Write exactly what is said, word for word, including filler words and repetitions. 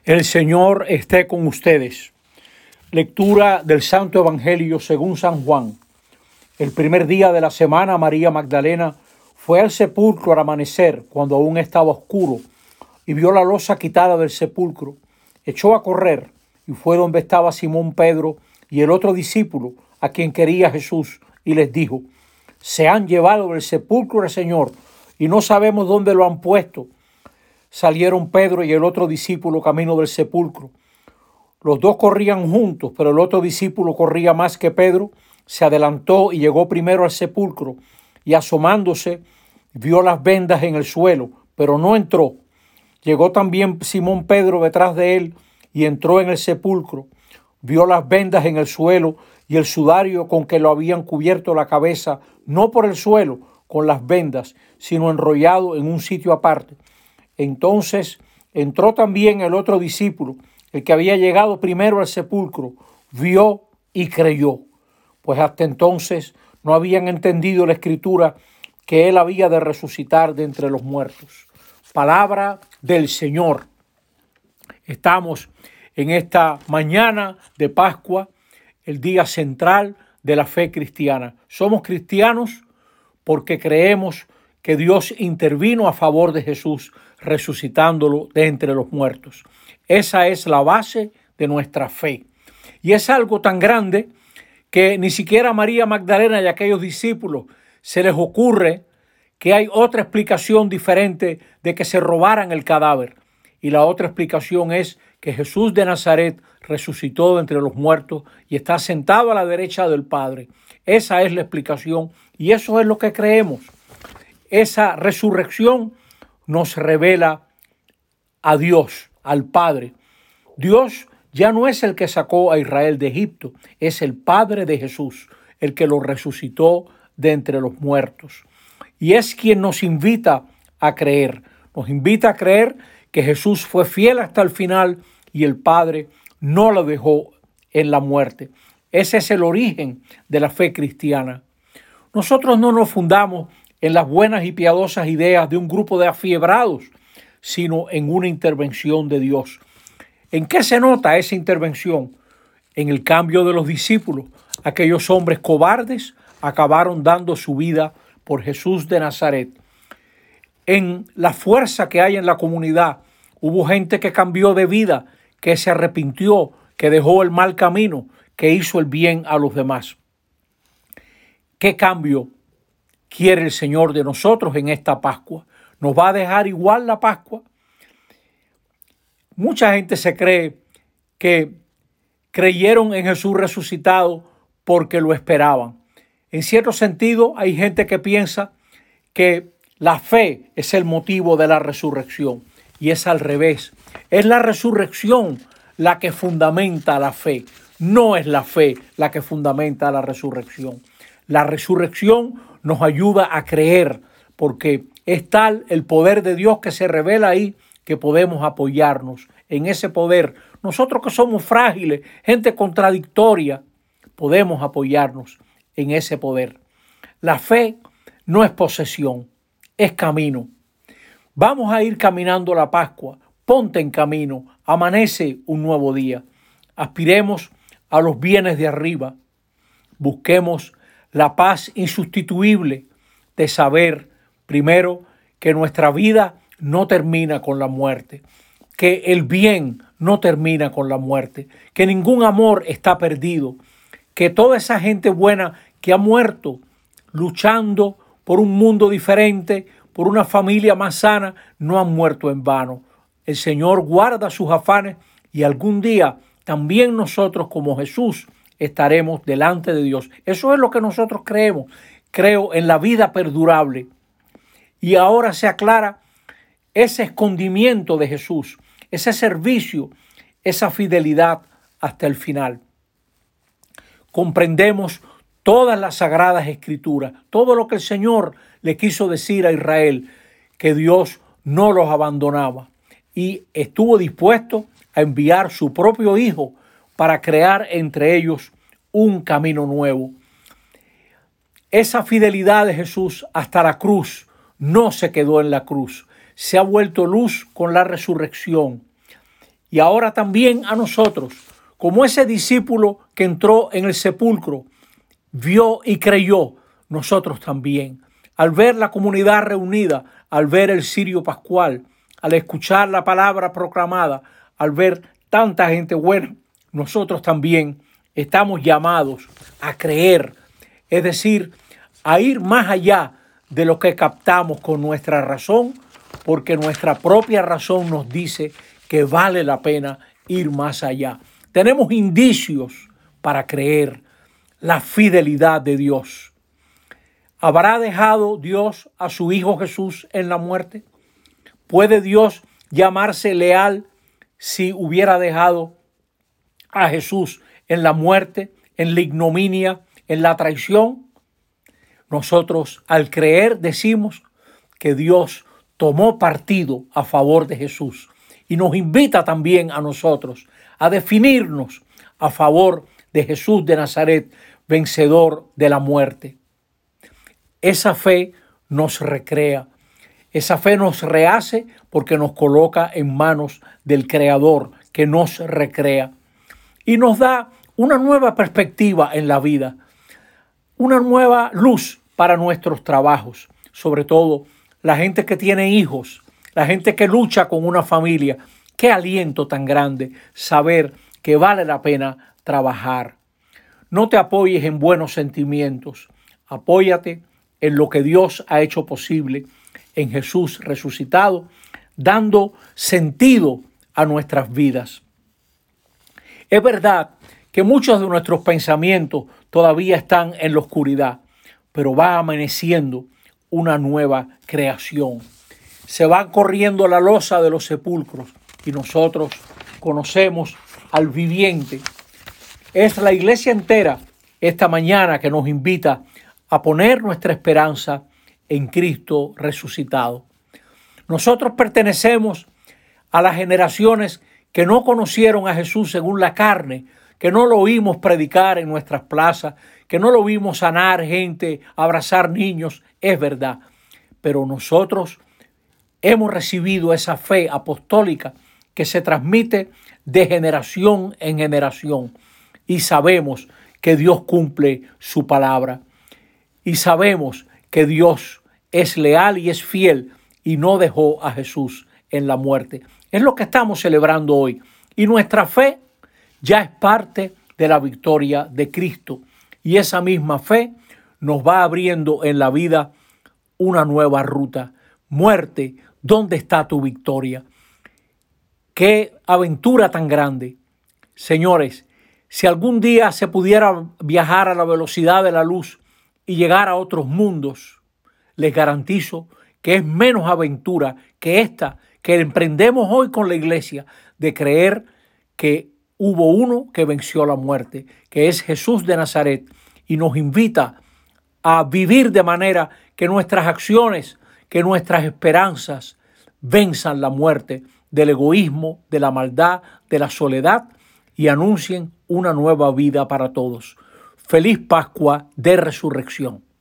El Señor esté con ustedes. Lectura del Santo Evangelio según San Juan. El primer día de la semana, María Magdalena fue al sepulcro al amanecer, cuando aún estaba oscuro, y vio la losa quitada del sepulcro. Echó a correr y fue donde estaba Simón Pedro y el otro discípulo, a quien quería Jesús, y les dijo: se han llevado del sepulcro al Señor y no sabemos dónde lo han puesto. Salieron Pedro y el otro discípulo camino del sepulcro. Los dos corrían juntos, pero el otro discípulo corría más que Pedro. Se adelantó y llegó primero al sepulcro, y asomándose vio las vendas en el suelo, pero no entró. Llegó también Simón Pedro detrás de él y entró en el sepulcro. Vio las vendas en el suelo y el sudario con que lo habían cubierto la cabeza, no por el suelo con las vendas, sino enrollado en un sitio aparte. Entonces entró también el otro discípulo, el que había llegado primero al sepulcro, vio y creyó, pues hasta entonces no habían entendido la Escritura que él había de resucitar de entre los muertos. Palabra del Señor. Estamos en esta mañana de Pascua, el día central de la fe cristiana. Somos cristianos porque creemos que Dios intervino a favor de Jesús, resucitándolo de entre los muertos. Esa es la base de nuestra fe. Y es algo tan grande que ni siquiera a María Magdalena y a aquellos discípulos se les ocurre que hay otra explicación diferente de que se robaran el cadáver. Y la otra explicación es que Jesús de Nazaret resucitó de entre los muertos y está sentado a la derecha del Padre. Esa es la explicación y eso es lo que creemos. Esa resurrección nos revela a Dios, al Padre. Dios ya no es el que sacó a Israel de Egipto, es el Padre de Jesús, el que lo resucitó de entre los muertos. Y es quien nos invita a creer, nos invita a creer que Jesús fue fiel hasta el final y el Padre no lo dejó en la muerte. Ese es el origen de la fe cristiana. Nosotros no nos fundamos en las buenas y piadosas ideas de un grupo de afiebrados, sino en una intervención de Dios. ¿En qué se nota esa intervención? En el cambio de los discípulos. Aquellos hombres cobardes acabaron dando su vida por Jesús de Nazaret. En la fuerza que hay en la comunidad, hubo gente que cambió de vida, que se arrepintió, que dejó el mal camino, que hizo el bien a los demás. ¿Qué cambio quiere el Señor de nosotros en esta Pascua? ¿Nos va a dejar igual la Pascua? Mucha gente se cree que creyeron en Jesús resucitado porque lo esperaban. En cierto sentido, hay gente que piensa que la fe es el motivo de la resurrección y es al revés. Es la resurrección la que fundamenta la fe, no es la fe la que fundamenta la resurrección. La resurrección nos ayuda a creer porque es tal el poder de Dios que se revela ahí que podemos apoyarnos en ese poder. Nosotros que somos frágiles, gente contradictoria, podemos apoyarnos en ese poder. La fe no es posesión, es camino. Vamos a ir caminando la Pascua. Ponte en camino, amanece un nuevo día. Aspiremos a los bienes de arriba. Busquemos la paz insustituible de saber, primero, que nuestra vida no termina con la muerte, que el bien no termina con la muerte, que ningún amor está perdido, que toda esa gente buena que ha muerto luchando por un mundo diferente, por una familia más sana, no han muerto en vano. El Señor guarda sus afanes y algún día también nosotros como Jesús estaremos delante de Dios. Eso es lo que nosotros creemos. Creo en la vida perdurable. Y ahora se aclara ese escondimiento de Jesús, ese servicio, esa fidelidad hasta el final. Comprendemos todas las sagradas escrituras, todo lo que el Señor le quiso decir a Israel, que Dios no los abandonaba y estuvo dispuesto a enviar su propio Hijo para crear entre ellos un camino nuevo. Esa fidelidad de Jesús hasta la cruz no se quedó en la cruz, se ha vuelto luz con la resurrección. y ahora también a nosotros, como ese discípulo que entró en el sepulcro, vio y creyó, nosotros también. Al ver la comunidad reunida, al ver el cirio pascual, al escuchar la palabra proclamada, al ver tanta gente buena, nosotros también estamos llamados a creer, es decir, a ir más allá de lo que captamos con nuestra razón, porque nuestra propia razón nos dice que vale la pena ir más allá. Tenemos indicios para creer la fidelidad de Dios. ¿Habrá dejado Dios a su Hijo Jesús en la muerte? ¿Puede Dios llamarse leal si hubiera dejado a Jesús en la muerte, en la ignominia, en la traición? Nosotros, al creer, decimos que Dios tomó partido a favor de Jesús y nos invita también a nosotros a definirnos a favor de Jesús de Nazaret, vencedor de la muerte. Esa fe nos recrea, esa fe nos rehace porque nos coloca en manos del Creador que nos recrea y nos da una nueva perspectiva en la vida, una nueva luz para nuestros trabajos, sobre todo la gente que tiene hijos, la gente que lucha con una familia. Qué aliento tan grande saber que vale la pena trabajar. No te apoyes en buenos sentimientos, apóyate en lo que Dios ha hecho posible en Jesús resucitado, dando sentido a nuestras vidas. Es verdad que muchos de nuestros pensamientos todavía están en la oscuridad, pero va amaneciendo una nueva creación. Se va corriendo la losa de los sepulcros y nosotros conocemos al viviente. Es la iglesia entera esta mañana que nos invita a poner nuestra esperanza en Cristo resucitado. Nosotros pertenecemos a las generaciones que no conocieron a Jesús según la carne, que no lo oímos predicar en nuestras plazas, que no lo vimos sanar gente, abrazar niños, es verdad. Pero nosotros hemos recibido esa fe apostólica que se transmite de generación en generación y sabemos que Dios cumple su palabra y sabemos que Dios es leal y es fiel y no dejó a Jesús en la muerte. Es lo que estamos celebrando hoy y nuestra fe ya es parte de la victoria de Cristo y esa misma fe nos va abriendo en la vida una nueva ruta. Muerte, ¿dónde está tu victoria? Qué aventura tan grande. Señores, si algún día se pudiera viajar a la velocidad de la luz y llegar a otros mundos, les garantizo que es menos aventura que esta que emprendemos hoy con la iglesia de creer que hubo uno que venció la muerte, que es Jesús de Nazaret, y nos invita a vivir de manera que nuestras acciones, que nuestras esperanzas venzan la muerte del egoísmo, de la maldad, de la soledad y anuncien una nueva vida para todos. Feliz Pascua de Resurrección.